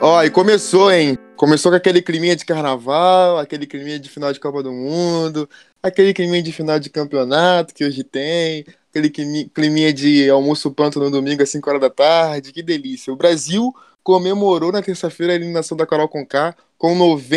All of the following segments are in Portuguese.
Ó, e começou, hein? Começou com aquele climinha de carnaval, aquele climinha de final de Copa do Mundo, aquele climinha de final de campeonato que hoje tem, aquele climinha de almoço pronto no domingo às 5 horas da tarde, que delícia. O Brasil comemorou na terça-feira a eliminação da Carol Conká com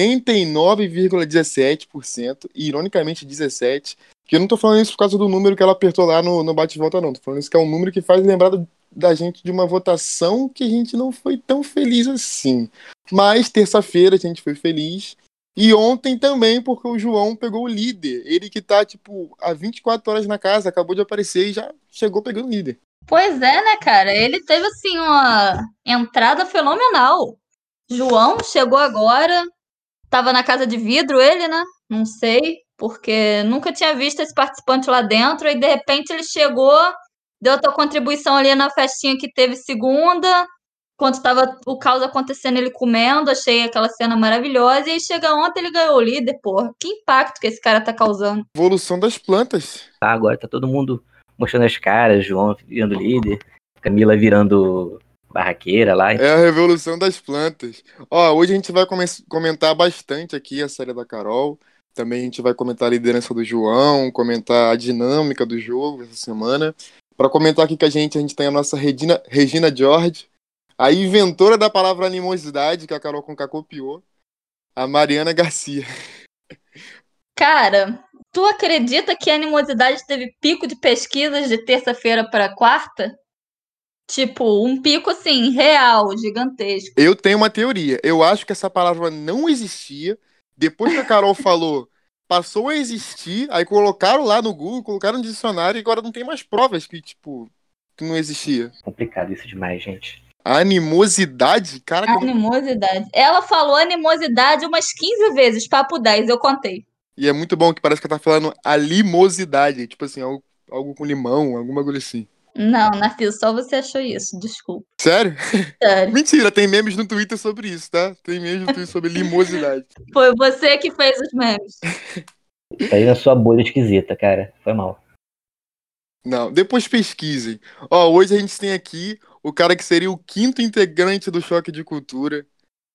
99,17%, e ironicamente 17%, que eu não tô falando isso por causa do número que ela apertou lá no bate-volta, não. Tô falando isso que é um número que faz lembrar da gente de uma votação que a gente não foi tão feliz assim. Mas terça-feira a gente foi feliz. E ontem também, porque o João pegou o líder. Ele que tá, tipo, há 24 horas na casa, acabou de aparecer e já chegou pegando o líder. Pois é, né, cara? Ele teve, assim, uma entrada fenomenal. João chegou agora, tava na casa de vidro ele, né? Não sei, porque nunca tinha visto esse participante lá dentro, e de repente ele chegou, deu a tua contribuição ali na festinha que teve segunda, enquanto tava o caos acontecendo, ele comendo, achei aquela cena maravilhosa, e aí chega ontem, ele ganhou o líder, porra. Que impacto que esse cara tá causando. Evolução das plantas. Tá, agora tá todo mundo mostrando as caras, João virando líder, Camila virando barraqueira lá. É a revolução das plantas. Ó, hoje a gente vai comentar bastante aqui a série da Carol. Também a gente vai comentar a liderança do João, comentar a dinâmica do jogo essa semana. Para comentar aqui com a gente tem a nossa Regina George, a inventora da palavra animosidade, que a Carol Conká copiou, a Mariana Garcia. Cara, tu acredita que a animosidade teve pico de pesquisas de terça-feira para quarta? Tipo, um pico assim, real, gigantesco. Eu tenho uma teoria. Eu acho que essa palavra não existia. Depois que a Carol falou, passou a existir. Aí colocaram lá no Google, colocaram no dicionário e agora não tem mais provas que, tipo, que não existia. Complicado isso demais, gente. Animosidade? Cara, Animosidade. Ela falou animosidade umas 15 vezes, papo 10, eu contei. E é muito bom que parece que ela tá falando alimosidade. Tipo assim, algo com limão, alguma coisa assim. Não, Narciso, só você achou isso, desculpa. Sério? Sério. Mentira, tem memes no Twitter sobre isso, tá? Tem memes no Twitter sobre limosidade. Foi você que fez os memes. Tá aí na sua bolha esquisita, cara. Foi mal. Não, depois pesquisem. Ó, hoje a gente tem aqui o cara que seria o quinto integrante do Choque de Cultura,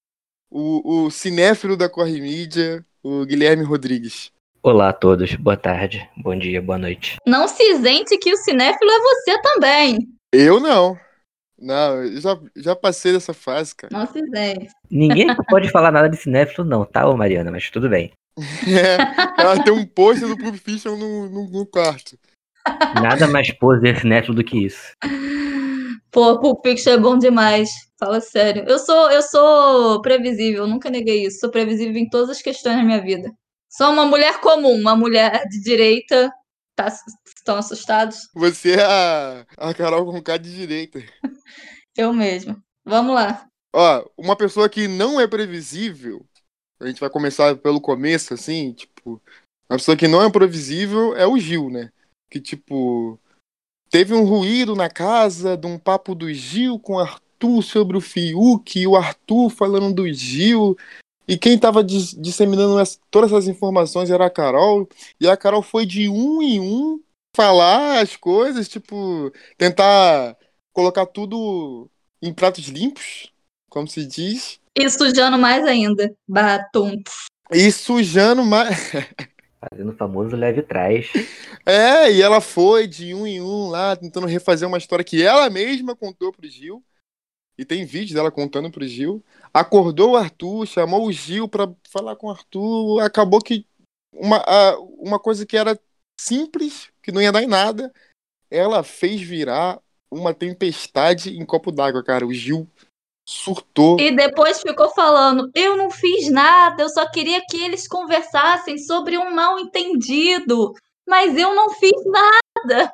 o cinéfilo da Corre Mídia, o Guilherme Rodrigues. Olá a todos, boa tarde, bom dia, boa noite. Não se isente que o cinéfilo é você também. Eu não. Não, eu já passei dessa fase, cara. Não se isente. Ninguém pode falar nada de cinéfilo não, tá, ô Mariana? Mas tudo bem. Ela tem um pôster do Pulp Fiction no quarto. Nada mais poser cinéfilo do que isso. Pô, Pulp Fiction é bom demais. Fala sério. Eu sou previsível, nunca neguei isso. Sou previsível em todas as questões da minha vida. Sou uma mulher comum, uma mulher de direita. Estão assustados? Você é a Carol Conká de direita. Eu mesma. Vamos lá. Ó, uma pessoa que não é previsível, a gente vai começar pelo começo, assim, tipo, uma pessoa que não é previsível é o Gil, né? Que, tipo, teve um ruído na casa de um papo do Gil com o Arthur sobre o Fiuk, e o Arthur falando do Gil, e quem tava disseminando todas essas informações era a Carol, e a Carol foi de um em um falar as coisas, tipo, tentar colocar tudo em pratos limpos, como se diz. E sujando mais ainda. Batum. E sujando mais. Fazendo o famoso leve trás. É, e ela foi de um em um lá, tentando refazer uma história que ela mesma contou pro Gil. E tem vídeo dela contando pro Gil. Acordou o Arthur, chamou o Gil pra falar com o Arthur. Acabou que uma coisa que era simples, que não ia dar em nada, ela fez virar uma tempestade em copo d'água, cara. O Gil surtou. E depois ficou falando, eu não fiz nada, eu só queria que eles conversassem sobre um mal-entendido, mas eu não fiz nada.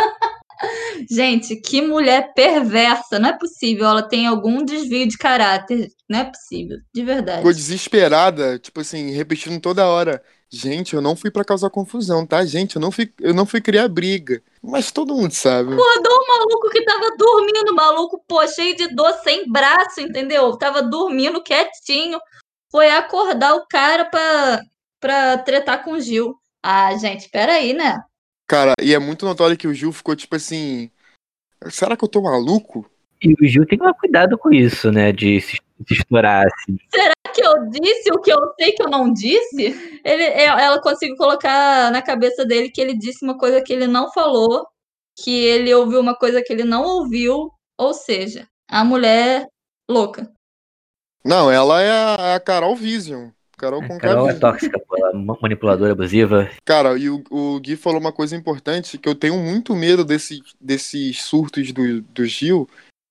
Gente, que mulher perversa, não é possível, ela tem algum desvio de caráter, não é possível, de verdade. Ficou desesperada, tipo assim, repetindo toda hora. Gente, eu não fui pra causar confusão, tá? Gente, eu não fui criar briga. Mas todo mundo sabe. Acordou o maluco que tava dormindo, maluco, pô, cheio de dor, sem braço, entendeu? Tava dormindo quietinho. Foi acordar o cara pra tretar com o Gil. Ah, gente, peraí, né? Cara, e é muito notório que o Gil ficou tipo assim. Será que eu tô maluco? E o Gil tem que tomar cuidado com isso, né? De se Se estourar, assim. Que eu disse o que eu sei que eu não disse? Ela conseguiu colocar na cabeça dele que ele disse uma coisa que ele não falou, que ele ouviu uma coisa que ele não ouviu, ou seja, a mulher louca. Não, ela é a Carol Vision. Carol A com Carol é Vision. tóxica, pô. Ela é manipuladora, abusiva. Cara, e o Gui falou uma coisa importante, que eu tenho muito medo desses surtos do Gil.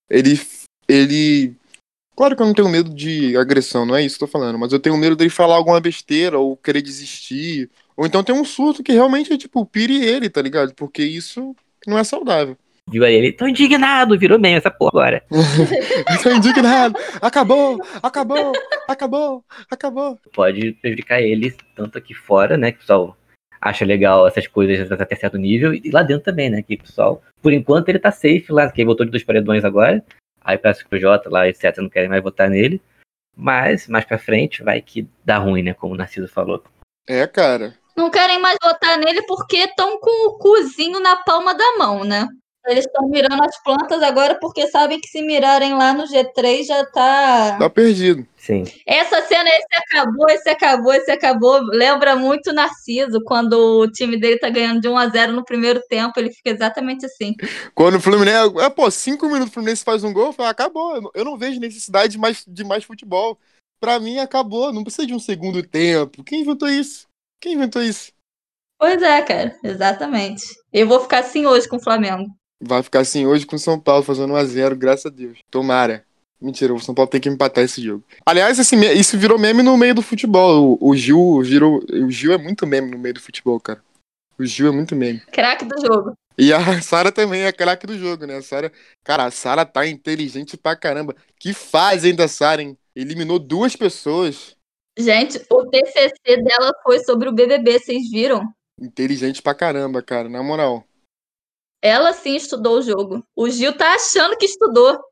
Ele. Claro que eu não tenho medo de agressão, não é isso que eu tô falando, mas eu tenho medo dele falar alguma besteira ou querer desistir. Ou então tem um surto que realmente é tipo, pire ele, tá ligado? Porque isso não é saudável. Viu aí ele, tô indignado, virou meme essa porra agora. Eu tô indignado. Acabou, acabou, acabou, acabou. Pode prejudicar ele, tanto aqui fora, né, que o pessoal acha legal essas coisas até certo nível, e lá dentro também, né, que o pessoal, por enquanto ele tá safe lá, que ele voltou de 2 paredões agora, aí parece que o Jota lá, etc, não querem mais votar nele, mas mais pra frente vai que dá ruim, né, como o Narciso falou. É, cara. Não querem mais votar nele porque estão com o cozinho na palma da mão, né? Eles estão mirando as plantas agora porque sabem que se mirarem lá no G3 já tá. Tá perdido. Sim. Essa cena, esse acabou. Lembra muito o Narciso, quando o time dele tá ganhando de 1-0 no primeiro tempo, ele fica exatamente assim. Quando o Fluminense. 5 minutos o Fluminense faz um gol, fala, acabou. Eu não vejo necessidade de mais futebol. Pra mim, acabou. Não precisa de um segundo tempo. Quem inventou isso? Quem inventou isso? Pois é, cara, exatamente. Eu vou ficar assim hoje com o Flamengo. Vai ficar assim hoje com o São Paulo fazendo 1-0, graças a Deus. Tomara. Mentira, o São Paulo tem que empatar esse jogo. Aliás, isso virou meme no meio do futebol. O Gil é muito meme no meio do futebol, cara. O Gil é muito meme. Craque do jogo. E a Sara também é craque do jogo, né? A Sara tá inteligente pra caramba. Que fase ainda, Sara, hein? Eliminou 2 pessoas. Gente, o TCC dela foi sobre o BBB, vocês viram? Inteligente pra caramba, cara, na moral. Ela sim estudou o jogo. O Gil tá achando que estudou.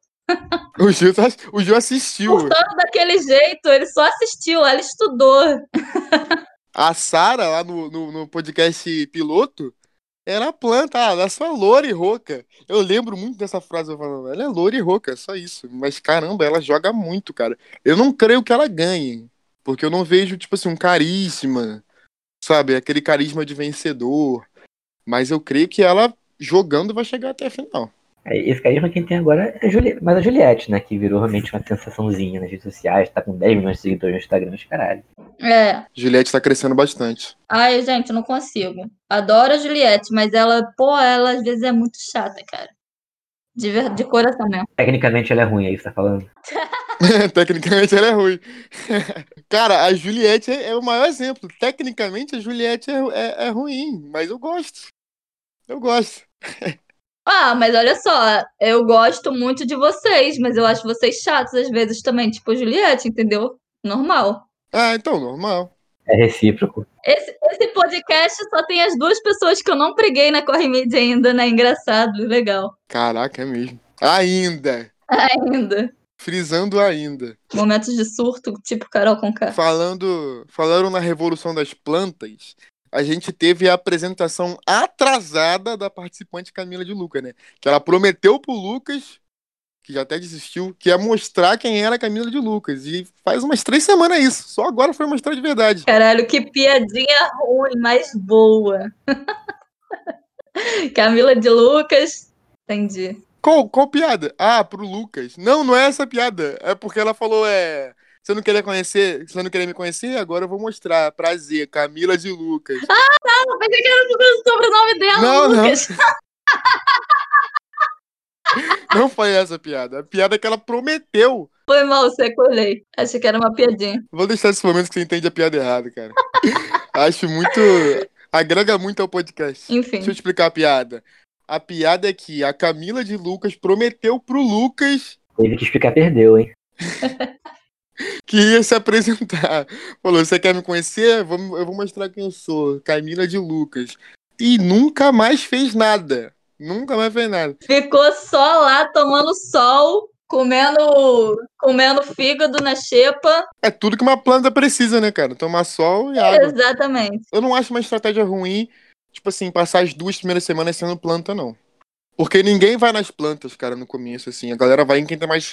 O Gil assistiu. Portanto, daquele jeito, ele só assistiu, ela estudou. A Sara, lá no podcast piloto, era a planta, ela é só loura e rouca. Eu lembro muito dessa frase, eu falando, ela é loura e rouca, só isso. Mas caramba, ela joga muito, cara. Eu não creio que ela ganhe, porque eu não vejo, tipo assim, um carisma, sabe? Aquele carisma de vencedor. Mas eu creio que ela, jogando, vai chegar até a final. Esse carisma quem tem agora é a Juliette, mas a Juliette, né, que virou realmente uma sensaçãozinha nas redes sociais, tá com 10 milhões de seguidores no Instagram, os caralho. É. Juliette tá crescendo bastante. Ai, gente, eu não consigo. Adoro a Juliette, mas ela às vezes é muito chata, cara. De coração mesmo. Tecnicamente ela é ruim, é isso que você tá falando? Tecnicamente ela é ruim. Cara, a Juliette é o maior exemplo. Tecnicamente a Juliette é ruim, mas eu gosto. Eu gosto. Ah, mas olha só, eu gosto muito de vocês, mas eu acho vocês chatos às vezes também, tipo Juliette, entendeu? Normal. Ah, então, normal. É recíproco. Esse podcast só tem as 2 pessoas que eu não preguei na Corre Mídia ainda, né? Engraçado, legal. Caraca, é mesmo. Ainda. Ainda. Frisando ainda. Momentos de surto, tipo Carol Conká. Falaram na Revolução das Plantas, a gente teve a apresentação atrasada da participante Camila de Lucas, né? Que ela prometeu pro Lucas, que já até desistiu, que ia mostrar quem era a Camila de Lucas. E faz umas 3 semanas isso. Só agora foi mostrar de verdade. Caralho, que piadinha ruim, mas boa. Camila de Lucas. Entendi. Qual piada? Ah, pro Lucas. Não é essa piada. É porque ela falou, você não queria conhecer, você não queria me conhecer? Agora eu vou mostrar. Prazer, Camila de Lucas. Eu pensei que era o sobrenome dela, Não, Lucas. Não foi essa a piada. A piada é que ela prometeu. Foi mal, colei. Achei que era uma piadinha. Vou deixar esse momento que você entende a piada errada, cara. Acho muito. Agrega muito ao podcast. Enfim. Deixa eu explicar a piada. A piada é que a Camila de Lucas prometeu pro Lucas Teve que explicar, perdeu, hein? que ia se apresentar. Falou, você quer me conhecer? Eu vou mostrar quem eu sou. Camila de Lucas. E nunca mais fez nada. Nunca mais fez nada. Ficou só lá tomando sol, comendo fígado na xepa. É tudo que uma planta precisa, né, cara? Tomar sol e água. Exatamente. Eu não acho uma estratégia ruim, tipo assim, passar as 2 primeiras semanas sendo planta, não. Porque ninguém vai nas plantas, cara, no começo, assim. A galera vai em quem tem mais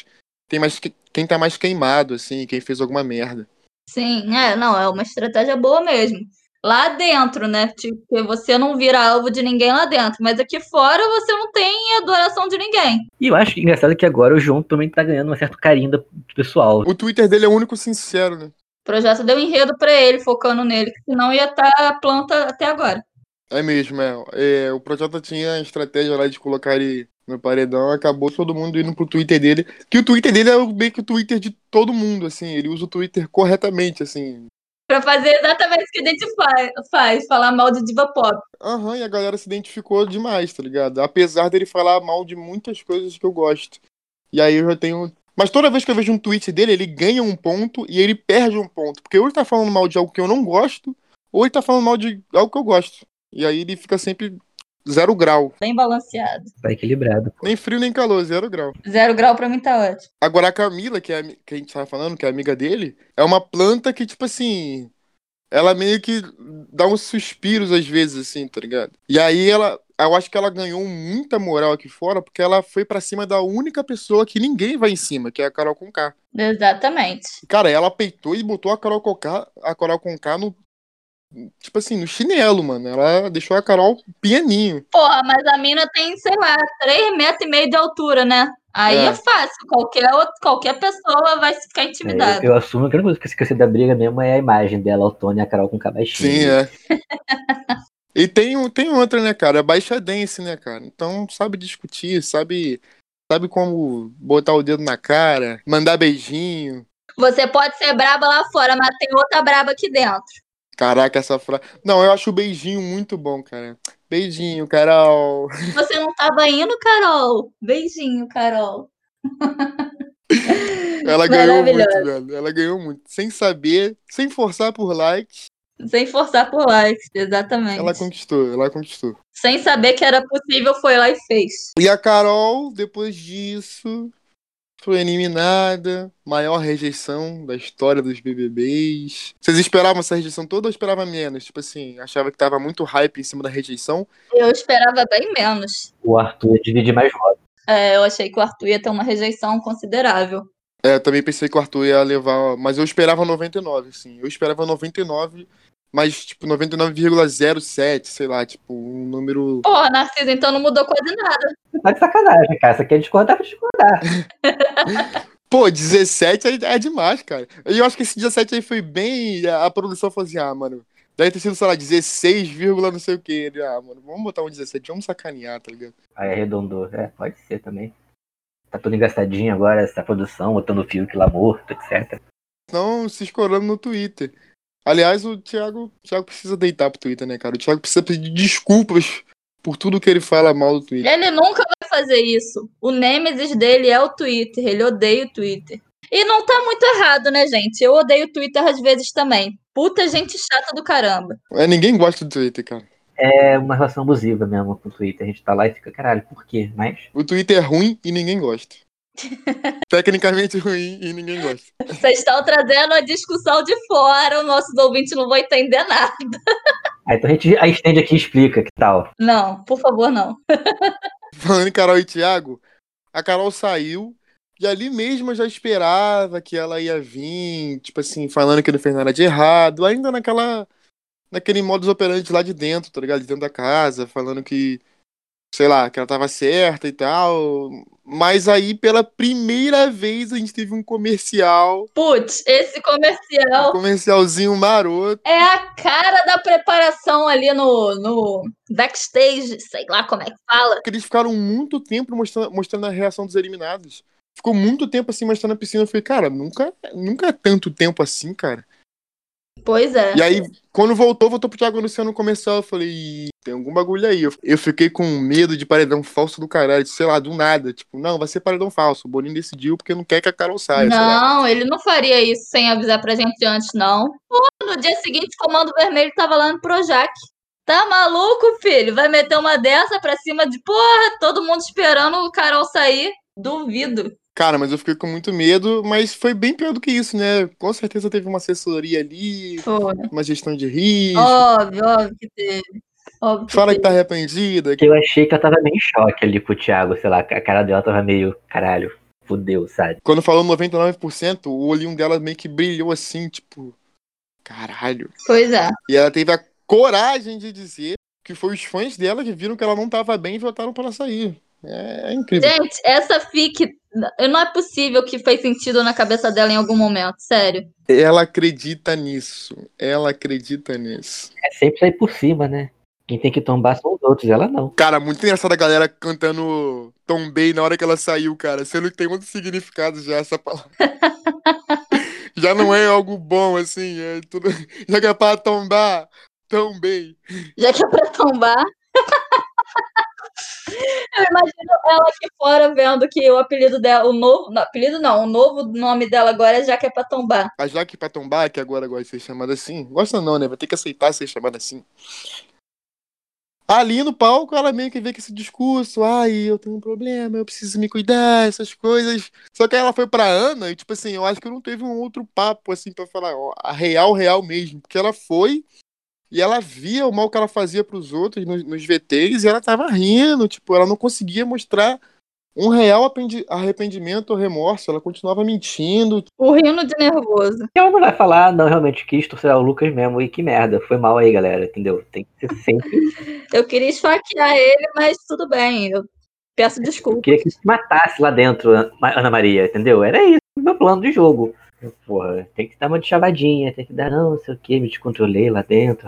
quem tá mais queimado, assim, quem fez alguma merda. Sim, não, é uma estratégia boa mesmo. Lá dentro, né? Tipo, você não vira alvo de ninguém lá dentro, mas aqui fora você não tem adoração de ninguém. E eu acho engraçado que agora o João também tá ganhando um certo carinho do pessoal. O Twitter dele é o único sincero, né? O projeto deu enredo pra ele, focando nele, que senão ia estar planta até agora. É mesmo, o Projota tinha a estratégia lá de colocar ele no paredão, acabou todo mundo indo pro Twitter dele. Que o Twitter dele é meio que o Twitter de todo mundo, assim. Ele usa o Twitter corretamente, assim. Pra fazer exatamente o que a gente faz, falar mal de diva pop. Aham, e a galera se identificou demais, tá ligado? Apesar dele falar mal de muitas coisas que eu gosto. E aí eu já tenho. Mas toda vez que eu vejo um tweet dele, ele ganha um ponto e ele perde um ponto. Porque ou ele tá falando mal de algo que eu não gosto, ou ele tá falando mal de algo que eu gosto. E aí ele fica sempre 0 grau. Bem balanceado. Tá equilibrado. Nem frio nem calor, 0 grau. 0 grau pra mim tá ótimo. Agora a Camila, que a gente tava falando, que é amiga dele, é uma planta que, tipo assim, ela meio que dá uns suspiros às vezes, assim, tá ligado? E aí eu acho que ela ganhou muita moral aqui fora, porque ela foi pra cima da única pessoa que ninguém vai em cima, que é a Carol Conká. Exatamente. Cara, ela peitou e botou a Carol Conká no, tipo assim, no chinelo, mano. Ela deixou a Carol pianinho. Porra, mas a mina tem, sei lá, 3,5 metros de altura, né? Aí é fácil, qualquer pessoa vai ficar intimidada. Eu assumo que a única coisa que eu sei da briga mesmo é a imagem dela, o Tony e a Carol com cabaixinho. Sim, é. E tem outra, né, cara? É baixadense, né, cara? Então sabe discutir, sabe como botar o dedo na cara, mandar beijinho. Você pode ser braba lá fora, mas tem outra braba aqui dentro. Caraca, essa frase. Não, eu acho o beijinho muito bom, cara. Beijinho, Carol. Você não tava indo, Carol? Beijinho, Carol. Ela ganhou muito, velho. Ela ganhou muito. Sem saber, sem forçar por likes. Sem forçar por likes, exatamente. Ela conquistou. Sem saber que era possível, foi lá e fez. E a Carol, depois disso, foi eliminada. Maior rejeição da história dos BBBs. Vocês esperavam essa rejeição toda ou esperavam menos? Tipo assim, achava que tava muito hype em cima da rejeição? Eu esperava bem menos. O Arthur ia dividir mais votos. Eu achei que o Arthur ia ter uma rejeição considerável. Eu também pensei que o Arthur ia levar. Mas eu esperava 99, assim. Eu esperava 99, mas tipo 99,07, sei lá, tipo, um número. Porra, Narciso, então não mudou quase nada. Você tá de sacanagem, cara. Isso aqui é discordar pra discordar. Pô, 17 é demais, cara. E eu acho que esse 17 aí foi bem. A produção falou assim, mano. Deve ter sido, sei lá, 16, não sei o que. Ele, mano, vamos botar um 17, vamos sacanear, tá ligado? Aí arredondou. Pode ser também. Tá tudo engraçadinho agora, essa produção, botando o Fiuk lá morto, etc. Não se escorando no Twitter. Aliás, o Thiago precisa deitar pro Twitter, né, cara? O Thiago precisa pedir desculpas por tudo que ele fala mal do Twitter. Ele nunca vai fazer isso. O nêmesis dele é o Twitter. Ele odeia o Twitter. E não tá muito errado, né, gente? Eu odeio o Twitter às vezes também. Puta gente chata do caramba. Ninguém gosta do Twitter, cara. É uma relação abusiva mesmo com o Twitter. A gente tá lá e fica, caralho, por quê? Mas O Twitter é ruim e ninguém gosta. Tecnicamente ruim e ninguém gosta. Vocês estão trazendo a discussão de fora, os nossos ouvintes não vão entender nada. então a gente estende aqui e explica, que tal? Não, por favor, não. Falando em Carol e Thiago, a Carol saiu e ali mesmo eu já esperava que ela ia vir, tipo assim, falando que não fez nada de errado, ainda naquele modus operandi lá de dentro, tá ligado? De dentro da casa, falando que, sei lá, que ela tava certa e tal. Mas aí, pela primeira vez, a gente teve um comercial. Putz, esse comercial Um comercialzinho maroto. é a cara da preparação ali no backstage, sei lá como é que fala. Eles ficaram muito tempo mostrando a reação dos eliminados. Ficou muito tempo assim mostrando a piscina. Eu falei, cara, nunca é tanto tempo assim, cara. Pois é. E aí, quando voltou pro Thiago Luciano no comercial. Eu falei, tem algum bagulho aí. Eu fiquei com medo de paredão falso do caralho, sei lá, do nada. Tipo, não, vai ser paredão falso. O Boninho decidiu porque não quer que a Carol saia. Não, ele não faria isso sem avisar pra gente antes, não. Pô, no dia seguinte, o Comando Vermelho tava lá no Projac. Tá maluco, filho? Vai meter uma dessa pra cima de... Porra, todo mundo esperando o Carol sair. Duvido. Cara, mas eu fiquei com muito medo, mas foi bem pior do que isso, né? Com certeza teve uma assessoria ali, Foi. uma gestão de risco. Óbvio que teve. Fala que tá arrependida. Eu achei que ela tava meio em choque ali pro Thiago, sei lá, a cara dela tava meio, caralho, fudeu, sabe? Quando falou 99%, o olhinho dela meio que brilhou assim, tipo, caralho. Pois é. E ela teve a coragem de dizer que foi os fãs dela que viram que ela não tava bem e votaram pra ela sair. É incrível. Gente, essa fic, não é possível que fez sentido na cabeça dela em algum momento, sério. Ela acredita nisso. Ela acredita nisso. É sempre sair por cima, né? Quem tem que tombar são os outros, ela não. Cara, muito engraçado a galera cantando Tombei na hora que ela saiu, cara. Sendo que tem outro significado já essa palavra. Já não é algo bom, assim. É tudo... Já que é pra tombar, tombei. Já que é pra tombar. Eu imagino ela aqui fora vendo que o apelido dela, o novo. Não, apelido não, o novo nome dela agora é Já que é pra tombar. A Jaque pra tombar, que agora gosta de ser chamada assim. Gosta não, né? Vai ter que aceitar ser chamada assim. Ali no palco, ela meio que vê que esse discurso, ai, eu tenho um problema, eu preciso me cuidar, essas coisas. Só que aí ela foi pra Ana e, tipo assim, eu acho que não teve um outro papo, assim, pra falar, ó, a real mesmo. Porque ela foi e ela via o mal que ela fazia pros outros nos VTs e ela tava rindo, tipo, ela não conseguia mostrar um real arrependimento ou remorso, ela continuava mentindo. O rindo de nervoso. Ela não vai falar, não, realmente quis torcer o Lucas mesmo. E que merda, foi mal aí, galera, entendeu? Tem que ser sempre. Eu queria esfaquear ele, mas tudo bem, eu peço Eu desculpas. queria que se matasse lá dentro, Ana Maria, entendeu? Era isso, o meu plano de jogo. Porra, tem que dar uma de chavadinha, tem que dar, não sei o que, me descontrolei lá dentro,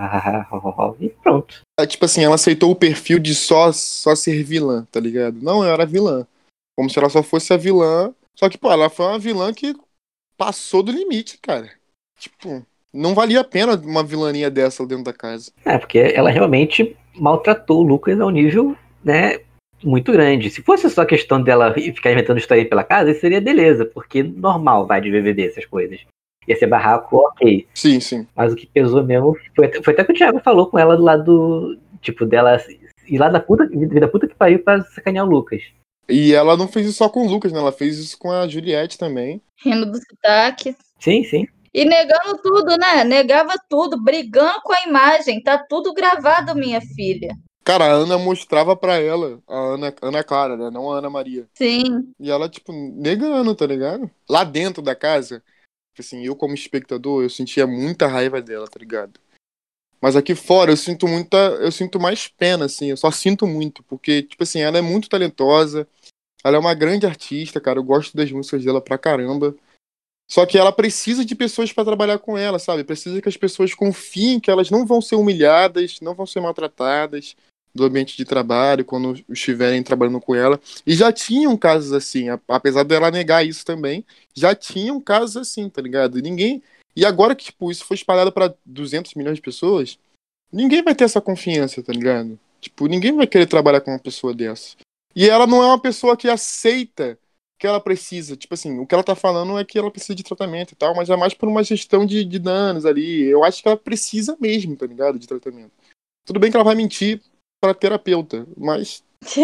e pronto. Tipo assim, ela aceitou o perfil de só ser vilã, tá ligado? Não, eu era vilã. Como se ela só fosse a vilã. Só que, pô, ela foi uma vilã que passou do limite, cara. Tipo, não valia a pena uma vilania dessa dentro da casa. É, porque ela realmente maltratou o Lucas ao nível, né, muito grande. Se fosse só questão dela ficar inventando história pela casa, isso seria beleza, porque normal vai de BBB essas coisas. Ia ser barraco, ok. Sim, sim. Mas o que pesou mesmo foi até que o Thiago falou com ela do lado, tipo, dela ir lá da puta que pariu pra sacanear o Lucas. E ela não fez isso só com o Lucas, né? Ela fez isso com a Juliette também. Rindo do sotaque. Sim, sim. E negando tudo, né? Negava tudo, brigando com a imagem. Tá tudo gravado, minha filha. Cara, a Ana mostrava pra ela, a Ana Clara, né? Não a Ana Maria. Sim. E ela, tipo, negando, tá ligado? Lá dentro da casa, assim, eu como espectador, eu sentia muita raiva dela, tá ligado? Mas aqui fora eu sinto mais pena, assim, eu só sinto muito, porque, tipo assim, ela é muito talentosa, ela é uma grande artista, cara, eu gosto das músicas dela pra caramba. Só que ela precisa de pessoas pra trabalhar com ela, sabe? Precisa que as pessoas confiem que elas não vão ser humilhadas, não vão ser maltratadas do ambiente de trabalho quando estiverem trabalhando com ela. E já tinham casos assim, apesar dela negar isso também, já tinham casos assim, tá ligado? E agora que tipo isso foi espalhado pra 200 milhões de pessoas, ninguém vai ter essa confiança, tá ligado? Tipo, ninguém vai querer trabalhar com uma pessoa dessa. E ela não é uma pessoa que aceita que ela precisa. Tipo assim, o que ela tá falando é que ela precisa de tratamento e tal, mas é mais por uma gestão de danos ali. Eu acho que ela precisa mesmo, tá ligado? De tratamento. Tudo bem que ela vai mentir pra terapeuta, mas.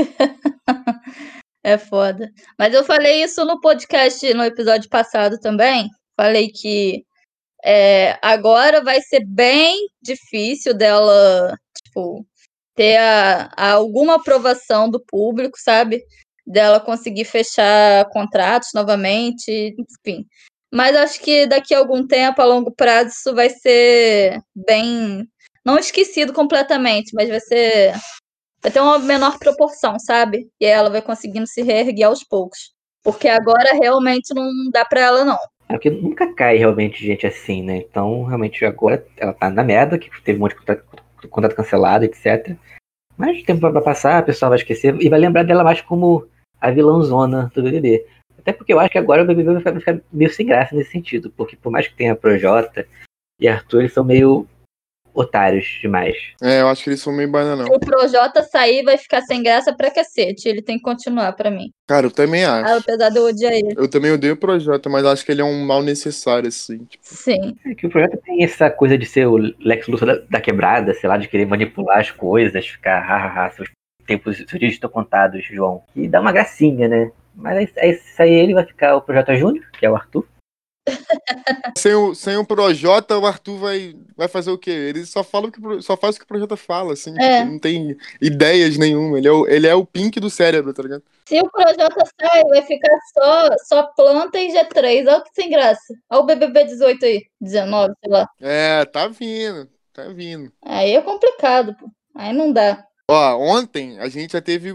É foda. Mas eu falei isso no podcast, no episódio passado também. Falei que agora vai ser bem difícil dela, tipo, ter alguma aprovação do público, sabe? Dela conseguir fechar contratos novamente, enfim. Mas acho que daqui a algum tempo, a longo prazo, isso vai ser bem. Não esquecido completamente, mas vai ter uma menor proporção, sabe? E ela vai conseguindo se reerguer aos poucos. Porque agora realmente não dá pra ela, não. É porque nunca cai realmente gente assim, né? Então, realmente, agora ela tá na merda, que teve um monte de contrato cancelado, etc. Mas o tempo vai passar, a pessoa vai esquecer e vai lembrar dela mais como a vilãozona do BBB. Até porque eu acho que agora o BBB vai ficar meio sem graça nesse sentido. Porque por mais que tenha Projota e Arthur, eles são meio otários demais. Eu acho que eles são meio bananão. Se o Projota sair, vai ficar sem graça pra cacete. Ele tem que continuar pra mim. Cara, eu também acho. Apesar de eu odiar ele. Eu também odeio o Projota, mas acho que ele é um mal necessário, assim. Tipo. Sim. É que o Projota tem essa coisa de ser o Lex Luthor da quebrada, sei lá, de querer manipular as coisas, ficar, seus dias estão contados, João. E dá uma gracinha, né? Mas aí ele vai ficar o Projota Júnior, que é o Arthur. Sem o Projota, o Arthur vai fazer o quê? Ele só só faz o que o Projota fala, assim, tipo, É. não tem ideias nenhuma. Ele é o Pink do cérebro, tá ligado? Se o Projota sai, vai ficar só planta e G3. Olha que sem graça. Olha o BBB 18 aí. 19, sei lá. É, tá vindo, tá vindo. Aí é complicado, pô. Aí não dá. Ó, ontem a gente já teve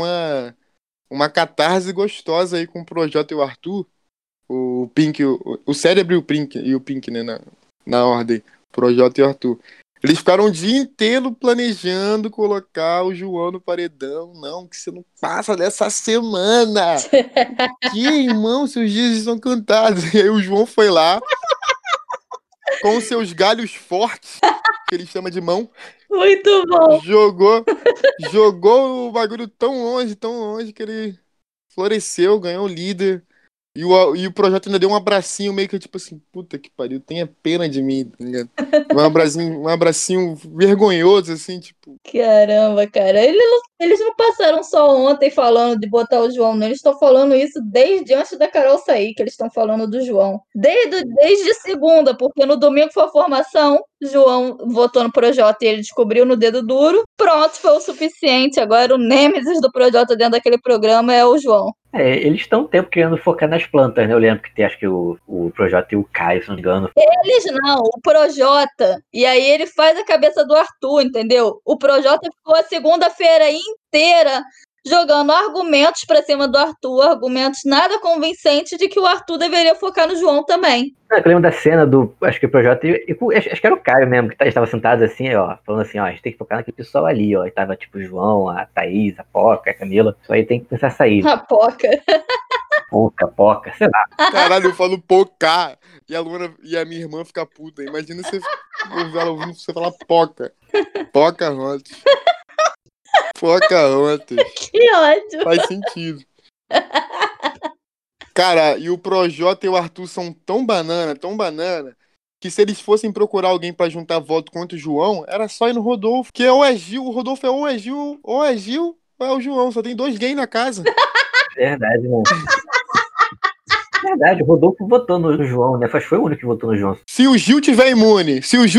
uma catarse gostosa aí com o Projota e o Arthur. O Pink, o cérebro e o Pink, né, na ordem. Projota e o Arthur. Eles ficaram o dia inteiro planejando colocar o João no paredão. Não, que você não passa dessa semana. Que, irmão, seus dias estão cantados. E aí o João foi lá com os seus galhos fortes, que ele chama de mão, Muito bom. jogou o bagulho tão longe que ele floresceu, ganhou o líder. E o projeto ainda deu um abracinho meio que tipo assim, puta que pariu, tenha pena de mim, tá ligado? Um abracinho vergonhoso, assim, tipo. Caramba, cara. Eles não passaram só ontem falando de botar o João, não. Eles estão falando isso desde antes da Carol sair, que eles estão falando do João. Desde segunda, porque no domingo foi a formação, João votou no Projota e ele descobriu no dedo duro. Pronto, foi o suficiente. Agora o nêmesis do Projota dentro daquele programa é o João. Eles estão um tempo querendo focar nas plantas, né? Eu lembro que tem, acho que o Projota e o Caio, se não me engano. Eles não, o Projota. E aí ele faz a cabeça do Arthur, entendeu? O Projota ficou a segunda-feira inteira jogando argumentos pra cima do Arthur, argumentos nada convincentes de que o Arthur deveria focar no João também. Eu lembro da cena do, acho que o Projota acho que era o Caio mesmo, que estava sentado assim, ó, falando assim, ó, a gente tem que focar naquele pessoal ali, ó. E tava tipo o João, a Thaís, a Poca, a Camila. Isso aí tem que pensar sair. A Poca. Poca, sei lá. Caralho, eu falo Pocá. E a Luna e a minha irmã fica puta. Imagina você ouvir ela ouvindo você falar Poca. Pocahontas. Pocahontas. Que ódio. Faz sentido. Cara, e o Projota e o Arthur são tão banana, que se eles fossem procurar alguém pra juntar voto contra o João, era só ir no Rodolfo. Que ou é Gil, o Rodolfo ou é Gil, ou é o João. Só tem 2 gays na casa. Verdade, mano. Verdade, o Rodolfo votou no João, né? Foi o único que votou no João. Se o Gil tiver imune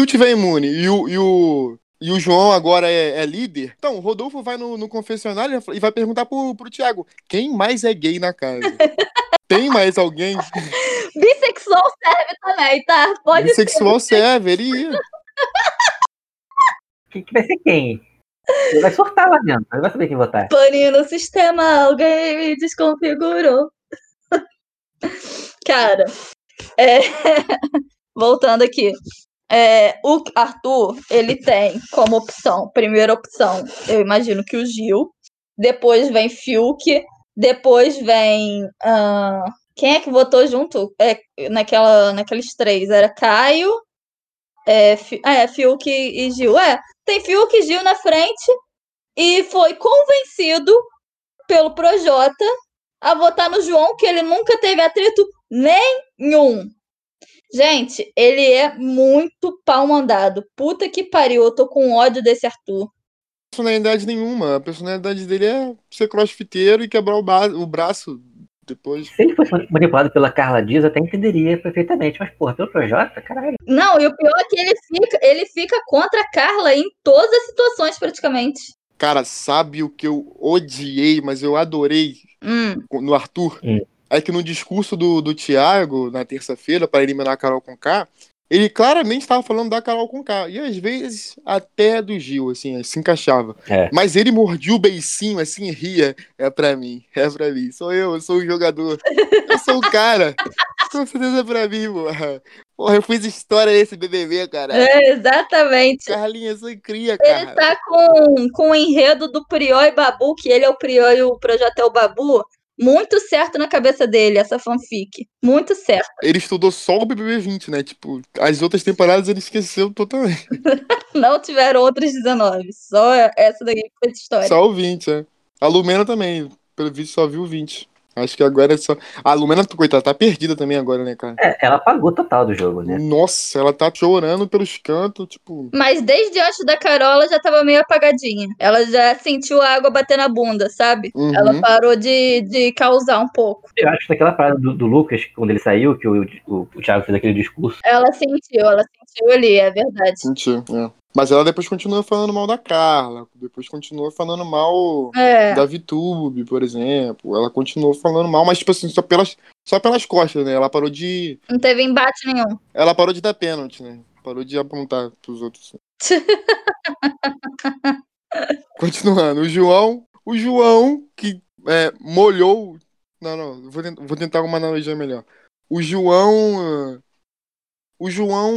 e o João agora é líder, então o Rodolfo vai no confessionário e vai perguntar pro Thiago: quem mais é gay na casa? Tem mais alguém? Bissexual serve também, tá? Pode Bissexual serve, ele ia. Que vai ser quem? Ele vai sortar lá dentro, ele vai saber quem votar. pane no sistema, alguém me desconfigurou. Cara, voltando aqui. O Arthur, ele tem como opção, primeira opção, eu imagino que o Gil, depois vem Fiuk, depois vem... quem é que votou junto? Naqueles 3, era Caio, Fiuk e Gil. Tem Fiuk e Gil na frente e foi convencido pelo Projota a votar no João, que ele nunca teve atrito nenhum. Gente, ele é muito pau mandado. Puta que pariu, eu tô com ódio desse Arthur. Personalidade nenhuma. A personalidade dele é ser crossfiteiro e quebrar o braço depois. Se ele fosse manipulado pela Carla Dias, eu até entenderia perfeitamente. Mas, porra, pelo Projota, caralho. Não, e o pior é que ele fica contra a Carla em todas as situações, praticamente. Cara, sabe o que eu odiei, mas eu adorei no Arthur? É que no discurso do Thiago, na terça-feira, para eliminar a Carol Conká, ele claramente estava falando da Carol Conká. E às vezes até do Gil, assim, se encaixava. Mas ele mordia o beicinho, assim, e ria. É pra mim. Sou eu sou o jogador. Eu sou o cara. Com certeza é pra mim, porra. Porra, eu fiz história nesse BBB, cara. Exatamente. Carlinhos, eu sou cria, cara. Ele tá com o enredo do Prió e Babu, que ele é o Prió e o Projota é o Babu. Muito certo na cabeça dele, essa fanfic. Muito certo. Ele estudou só o BBB 20, né? Tipo, as outras temporadas ele esqueceu totalmente. Não tiveram outros 19. Só essa daqui que foi de história. Só o 20, A Lumena também, pelo visto, só viu o 20. Acho que agora é só. A Lumena, coitada, tá perdida também agora, né, cara? Ela apagou total do jogo, né? Nossa, ela tá chorando pelos cantos, tipo. Mas desde antes da Carola já tava meio apagadinha. Ela já sentiu a água bater na bunda, sabe? Ela Uhum. parou de causar um pouco. Eu acho que naquela parada do Lucas, quando ele saiu, que o Thiago fez aquele discurso. Ela sentiu ali, é verdade. Sentiu, é. Mas ela depois continua falando mal da Carla, depois continua falando mal É, da VTube, por exemplo. Ela continuou falando mal, mas tipo assim, só pelas costas, né? Ela parou de. não teve embate nenhum. Ela parou de dar pênalti, né? Parou de apontar pros outros. Continuando, o João que molhou. Não, vou tentar uma analogia melhor. O João. O João.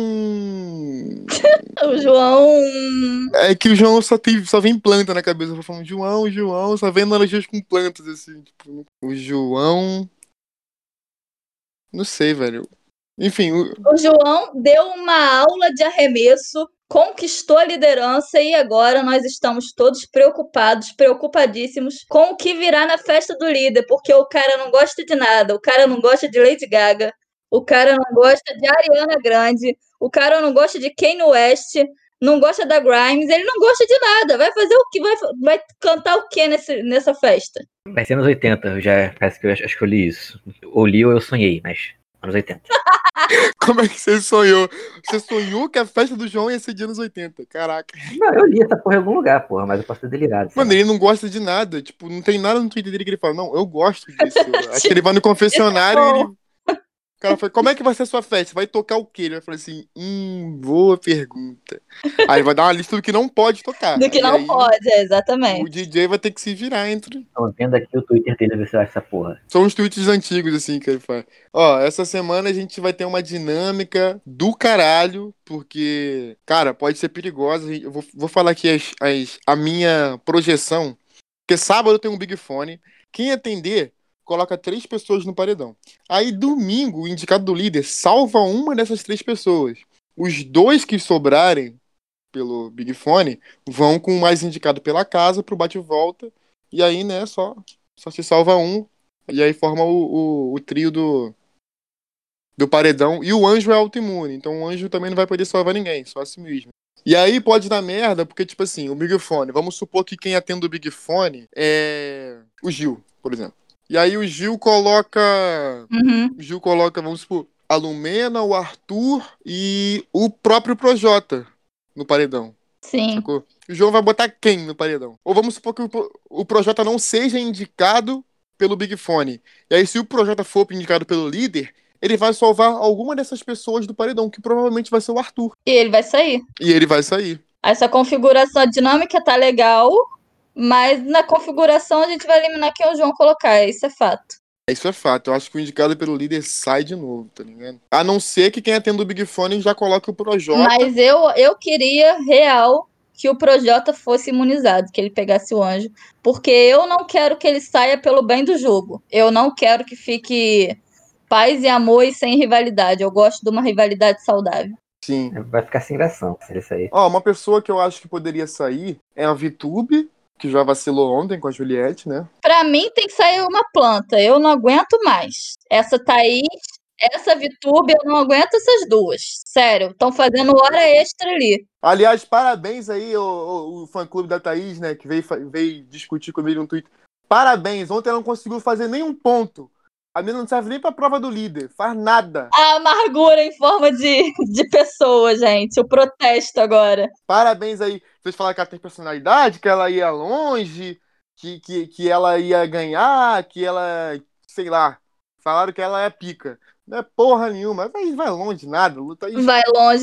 O João. É que o João só vem planta na cabeça. Eu vou falando, João, só vem analogias com plantas, assim. Tipo, o João. Não sei, velho. Enfim, O João deu uma aula de arremesso, conquistou a liderança e agora nós estamos todos preocupados, preocupadíssimos com o que virá na festa do líder, porque o cara não gosta de nada, o cara não gosta de Lady Gaga, o cara não gosta de Ariana Grande, o cara não gosta de Kanye West, não gosta da Grimes, ele não gosta de nada. Vai fazer o que? Vai cantar o que nessa festa? Vai ser anos 80, parece que eu acho que eu li isso. Ou li ou eu sonhei, mas anos 80. como é que você sonhou? Você sonhou que a festa do João ia ser de anos 80. Caraca. Não, eu li essa porra em algum lugar, porra, mas eu posso ter delirado. Mano, ele não gosta de nada. Tipo, não tem nada no Twitter dele que ele fala, não, eu gosto disso. Acho que ele vai no confessionário e ele. O cara fala, como é que vai ser a sua festa? Vai tocar o quê? Ele vai falar assim, boa pergunta. Aí ele vai dar uma lista do que não pode tocar. Do que E não aí, pode, exatamente. o DJ vai ter que se virar entre. Então, vendo aqui o Twitter dele, ver se eu acho essa porra. São os tweets antigos, assim, que ele faz. Ó, essa semana a gente vai ter uma dinâmica do caralho, porque, cara, pode ser perigosa. Eu vou falar aqui a minha projeção, porque sábado tem um Big Fone. Quem atender, coloca 3 pessoas no paredão. Aí, domingo, o indicado do líder salva uma dessas 3 pessoas. Os 2 que sobrarem pelo Big Fone vão com o mais indicado pela casa pro bate-volta. E aí, né, só se salva um. E aí forma o trio do paredão. E o anjo é autoimune. Então o anjo também não vai poder salvar ninguém, só a si mesmo. E aí pode dar merda, porque, tipo assim, o Big Fone. Vamos supor que quem atende o Big Fone é o Gil, por exemplo. E aí o Gil coloca. Uhum. O Gil coloca, vamos supor, a Lumena, o Arthur e o próprio Projota no paredão. Sim. Sacou? O João vai botar quem no paredão? Ou vamos supor que o Projota não seja indicado pelo Big Fone. E aí, se o Projota for indicado pelo líder, ele vai salvar alguma dessas pessoas do paredão, que provavelmente vai ser o Arthur. E ele vai sair. E ele vai sair. Essa configuração dinâmica tá legal, mas na configuração a gente vai eliminar quem o João colocar, isso é fato. Isso é fato. Eu acho que o indicado pelo líder sai de novo, tá ligado? A não ser que quem atenda o Big Fone já coloque o Projota. Mas eu queria real que o Projota fosse imunizado, que ele pegasse o anjo, porque eu não quero que ele saia pelo bem do jogo. Eu não quero que fique paz e amor e sem rivalidade. Eu gosto de uma rivalidade saudável. Sim. Vai ficar sem gração se ele sair. Ó, uma pessoa que eu acho que poderia sair é a VTube, que já vacilou ontem com a Juliette, né? Pra mim tem que sair uma planta. Eu não aguento mais. Essa Thaís, essa VTube, eu não aguento essas duas. Sério, estão fazendo hora extra ali. Aliás, parabéns aí o fã-clube da Thaís, né? Que veio discutir comigo no Twitter. Parabéns, ontem ela não conseguiu fazer nenhum ponto. A menina não serve nem pra prova do líder, faz nada. A amargura em forma de pessoa, gente. O protesto agora. Parabéns aí. Vocês falaram que ela tem personalidade, que ela ia longe, que ela ia ganhar, que ela, sei lá, falaram que ela é pica. Não é porra nenhuma, vai longe nada. Luta aí. Vai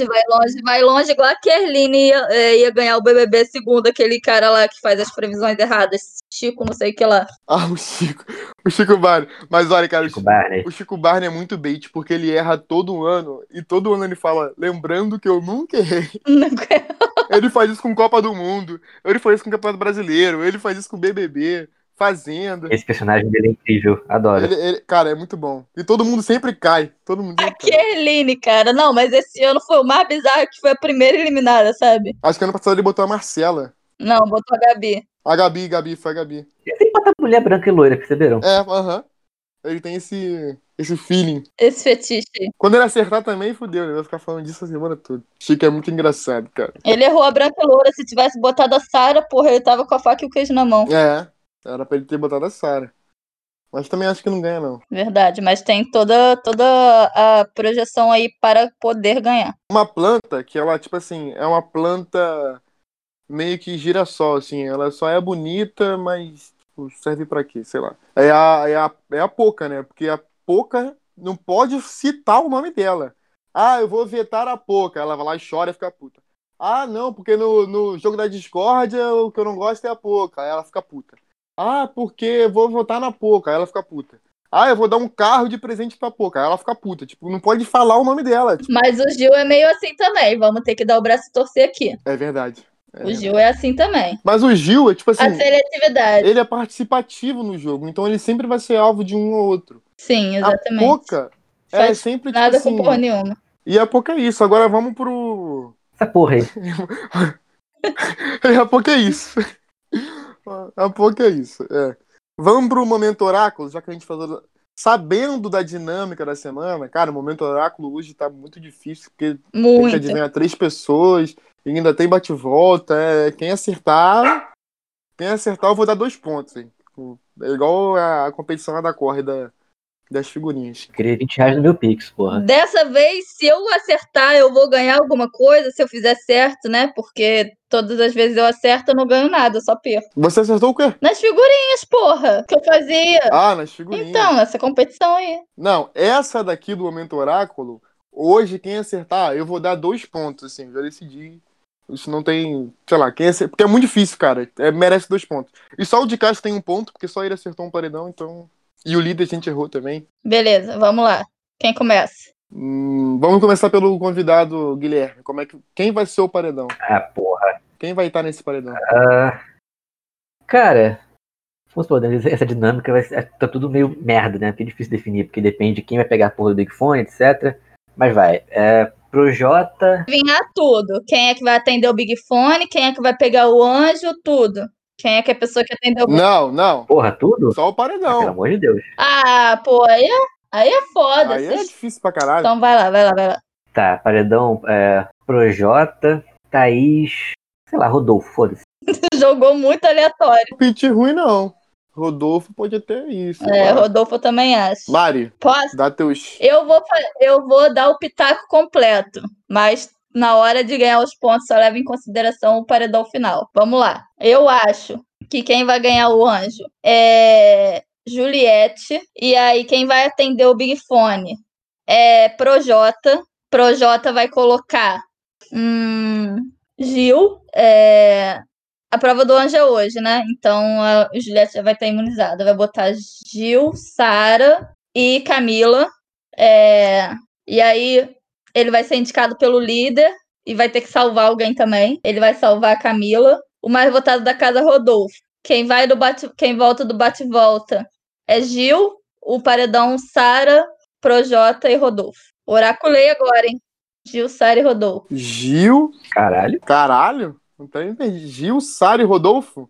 longe, igual a Kerline ia ganhar o BBB segundo, aquele cara lá que faz as previsões erradas. Chico, não sei o que lá. Ah, o Chico Barney. Mas olha, cara, Chico o Chico Barney é muito bait, porque ele erra todo ano, e todo ano ele fala, lembrando que eu nunca errei. Ele faz isso com Copa do Mundo, ele faz isso com o Campeonato Brasileiro, ele faz isso com o BBB, Fazenda. Esse personagem dele é incrível, adoro. Cara, é muito bom. E todo mundo sempre cai. Todo mundo A sempre cai. Kerline, cara. Não, mas esse ano foi o mais bizarro, que foi a primeira eliminada, sabe? Acho que ano passado ele botou a Marcela. Não, botou a Gabi. A Gabi, foi a Gabi. Ele tem que botar mulher branca e loira, perceberam? É, aham. Ele tem esse feeling. Esse fetiche aí. Quando ele acertar também, fudeu. Ele vai ficar falando disso a semana toda. Chico é muito engraçado, cara. Ele errou a branca e loura. Se tivesse botado a Sarah, porra, ele tava com a faca e o queijo na mão. É, era pra ele ter botado a Sarah. Mas também acho que não ganha, não. Verdade, mas tem toda a projeção aí para poder ganhar. Uma planta que ela, tipo assim, é uma planta meio que girassol, assim. Ela só é bonita, mas tipo, serve pra quê? Sei lá. É a Poca, né? Porque a Poca não pode citar o nome dela. Ah, eu vou vetar a Poca. Ela vai lá e chora e fica puta. Ah, não, porque no jogo da discórdia o que eu não gosto é a Poca. Aí ela fica puta. Ah, porque eu vou votar na Poca. Aí ela fica puta. Ah, eu vou dar um carro de presente pra Poca. Aí ela fica puta. Tipo, não pode falar o nome dela. Tipo, Mas o Gil é meio assim também. Vamos ter que dar o braço e torcer aqui. é verdade. O Gil é assim também. Mas o Gil é tipo assim, A seletividade. ele é participativo no jogo, então ele sempre vai ser alvo de um ou outro. Sim, exatamente. A Poca é Faz sempre tipo nada assim. com porra nenhuma. E a Poca é isso. Agora vamos pro. Essa porra aí. A Poca é isso. A Poca é isso. É. Vamos pro momento oráculo, já que a gente falou. Sabendo da dinâmica da semana, cara, o momento oráculo hoje tá muito difícil, porque tem que Muito. adivinhar 3 pessoas, e ainda tem bate-volta. Quem acertar, eu vou dar 2 pontos, hein? É igual a competição lá da corrida das figurinhas. Queria R$20 no meu Pix, porra. Dessa vez, se eu acertar, eu vou ganhar alguma coisa, se eu fizer certo, né? Porque todas as vezes eu acerto, eu não ganho nada, eu só perco. Você acertou o quê? Nas figurinhas, porra, que eu fazia. Ah, nas figurinhas. Então, essa competição aí. Não, essa daqui do momento oráculo, hoje quem acertar, eu vou dar 2 pontos, assim, já decidi. Isso não tem, sei lá, quem acertar, porque é muito difícil, cara. Merece 2 pontos. E só o de Cássio tem 1 ponto, porque só ele acertou um paredão, então. E o líder a gente errou também. Beleza, vamos lá. Quem começa? Vamos começar pelo convidado Guilherme. Quem vai ser o paredão? Ah, porra. Quem vai estar nesse paredão? Cara, vamos supor, essa dinâmica tá tudo meio merda, né? Porque é difícil definir, porque depende de quem vai pegar a porra do Big Fone, etc. Mas vai. Projota. Adivinhar tudo. Quem é que vai atender o Big Fone? Quem é que vai pegar o anjo? Tudo. Quem é que é a pessoa que atendeu o Big Fone? Não. Porra, tudo? Só o Ah, pelo paredão. amor de Deus. Ah, pô, aí é foda. Aí é difícil pra caralho. Então vai lá. Tá, paredão, Projota, Thaís, sei lá, Rodolfo, foda-se. Jogou muito aleatório. Pitch ruim, não. Rodolfo pode ter isso. Rodolfo eu também acho. Mari, Posso? dá teus. Eu vou dar o pitaco completo, mas na hora de ganhar os pontos só leva em consideração o paredão final. Vamos lá. Eu acho que quem vai ganhar o anjo é Juliette, e aí quem vai atender o Big Fone é Projota. Projota vai colocar Gil. A prova do anjo é hoje, né? Então a Juliette já vai estar imunizada. Vai botar Gil, Sara e Camila. E aí ele vai ser indicado pelo líder e vai ter que salvar alguém também. Ele vai salvar a Camila. O mais votado da casa é Rodolfo. Quem volta do bate-volta é Gil, o paredão Sara, Projota e Rodolfo. Oraculei agora, hein? Gil, Sara e Rodolfo. Gil? Caralho. Caralho? Não tá entendido. Gil, Sara e Rodolfo?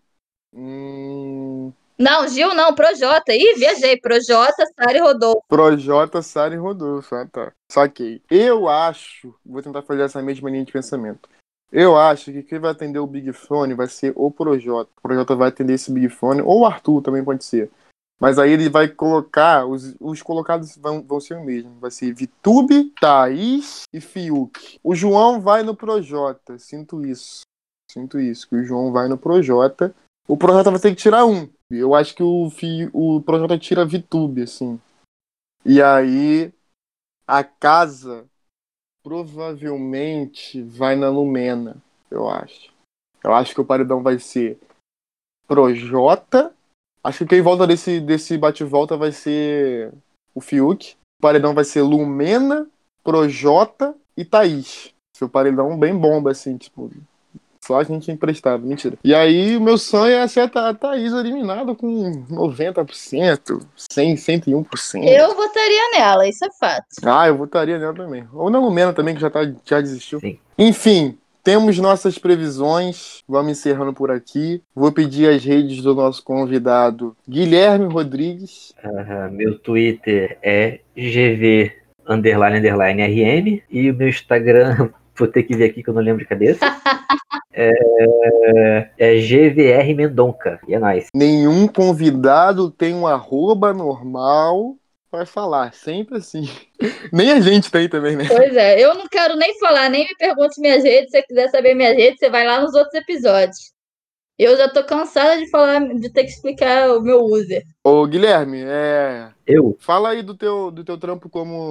Não, Gil não, Projota. Ih, viajei. Projota, Sara e Rodolfo. Projota, Sara e Rodolfo. Ah, tá. Saquei. Eu acho, vou tentar fazer essa mesma linha de pensamento. Eu acho que quem vai atender o Big Fone vai ser o Projota. O Projota vai atender esse Big Fone, ou o Arthur também pode ser. Mas aí ele vai colocar, os colocados vão ser o mesmo. Vai ser Vitube, Thaís e Fiuk. O João vai no Projota. Sinto isso, que o João vai no Projota. O Projota vai ter que tirar um. Eu acho que o Projota tira Vitube, assim. E aí a casa provavelmente vai na Lumena, eu acho. Eu acho que o paredão vai ser Projota. Acho que quem volta desse bate-volta vai ser o Fiuk. O paredão vai ser Lumena, Projota e Thaís. Seu paredão bem bomba, assim, tipo... Só a gente emprestado, mentira. E aí o meu sonho é ser a Thaís eliminada com 90%, 100%, 101%. Eu votaria nela, isso é fato. Ah, eu votaria nela também. Ou na Lumena também, que já desistiu. Sim. Enfim, temos nossas previsões. Vamos encerrando por aqui. Vou pedir as redes do nosso convidado, Guilherme Rodrigues. Meu Twitter é GV__RM e o meu Instagram, vou ter que ver aqui que eu não lembro de cabeça, é GVR Mendonca. E é nóis. Nenhum convidado tem um arroba normal para falar, sempre assim. Nem a gente tem também, né? Pois é, eu não quero nem falar, nem me pergunte minhas redes. Se você quiser saber minhas redes, você vai lá nos outros episódios. Eu já tô cansada de falar, de ter que explicar o meu user. Ô, Guilherme, Eu? fala aí do teu trampo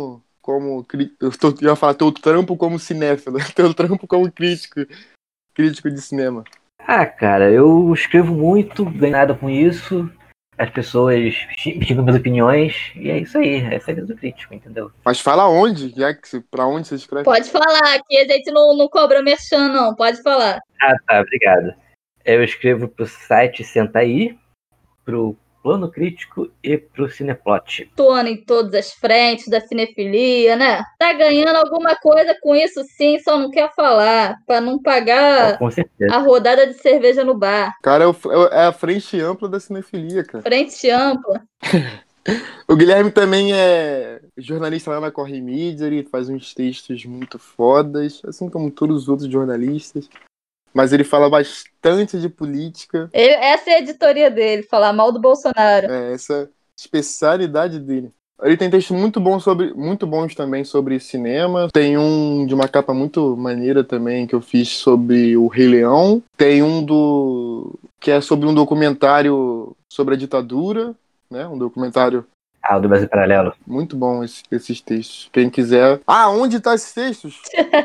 eu ia falar teu trampo como cinéfilo, teu trampo como crítico de cinema. Cara, eu escrevo muito, ganho nada com isso. As pessoas xingam minhas opiniões, e é isso aí, essa é a vida do crítico, entendeu? Mas fala onde, pra onde você escreve? Pode falar, que a gente não cobra merchan, não. Pode falar. Tá, obrigado. Eu escrevo pro site Sentaí, pro Plano Crítico e pro Cineplot. Atuando em todas as frentes da cinefilia, né? Tá ganhando alguma coisa com isso, sim, só não quer falar, pra não pagar Com certeza. a rodada de cerveja no bar. Cara, é a frente ampla da cinefilia, cara. Frente ampla. O Guilherme também é jornalista lá na Corre Mídia, ele faz uns textos muito fodas, assim como todos os outros jornalistas. Mas ele fala bastante de política. Essa é a editoria dele, falar mal do Bolsonaro. Essa é a especialidade dele. Ele tem textos muito bons também sobre cinema. Tem um de uma capa muito maneira também que eu fiz sobre o Rei Leão. Tem um que é sobre um documentário sobre a ditadura, né? Um documentário O do Brasil Paralelo. muito bom esses textos. Quem quiser... onde tá esses textos?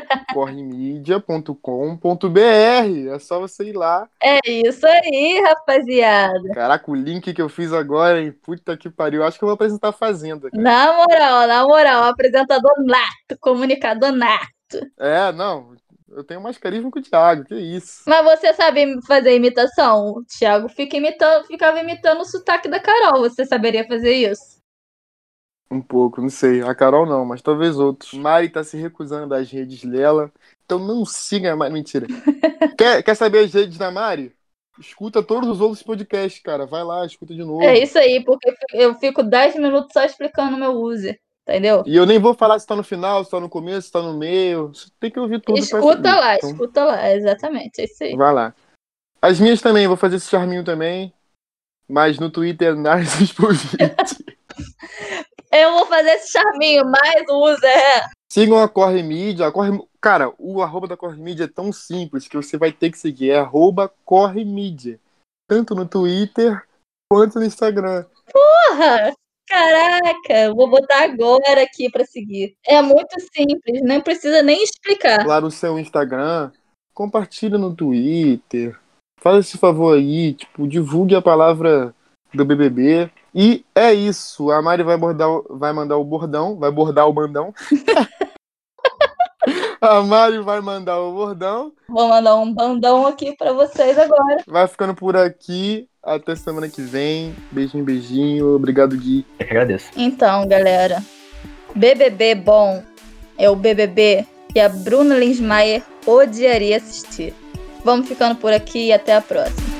corremedia.com.br. É só você ir lá. É isso aí, rapaziada. Caraca, o link que eu fiz agora, hein? Puta que pariu. Acho que eu vou apresentar a Fazenda, cara. Na moral, apresentador nato, comunicador nato. Não. Eu tenho mais carisma que o Thiago, que isso. Mas você sabe fazer imitação? O Thiago ficava imitando o sotaque da Carol. Você saberia fazer isso? Um pouco, não sei. A Carol não, mas talvez outros. Mari tá se recusando das redes dela. Então não siga a Mari. Mentira. Quer saber as redes da Mari? Escuta todos os outros podcasts, cara. Vai lá, escuta de novo. É isso aí, porque eu fico 10 minutos só explicando o meu user. Entendeu? E eu nem vou falar se tá no final, se tá no começo, se tá no meio. Você tem que ouvir tudo pra saber. Escuta lá, exatamente. É isso aí. Vai lá. As minhas também, vou fazer esse charminho também. Mas no Twitter, Narcis Exposite. Eu vou fazer esse charminho, mais user. Sigam a Corre Mídia. Cara, o arroba da Corre Mídia é tão simples que você vai ter que seguir. É arroba Corre Mídia. Tanto no Twitter quanto no Instagram. Porra! Caraca, vou botar agora aqui pra seguir. É muito simples, não precisa nem explicar. Lá no seu Instagram, compartilha no Twitter. Faz esse favor aí, divulgue a palavra do BBB. E é isso. A Mari vai mandar o bordão. Vai bordar o bandão. A Mari vai mandar o bordão. Vou mandar um bandão aqui pra vocês agora. Vai ficando por aqui. Até semana que vem. Beijinho, beijinho. Obrigado, Gui. Eu que agradeço. Então, galera, BBB bom é o BBB que a Bruna Linsmeyer odiaria assistir. Vamos ficando por aqui e até a próxima.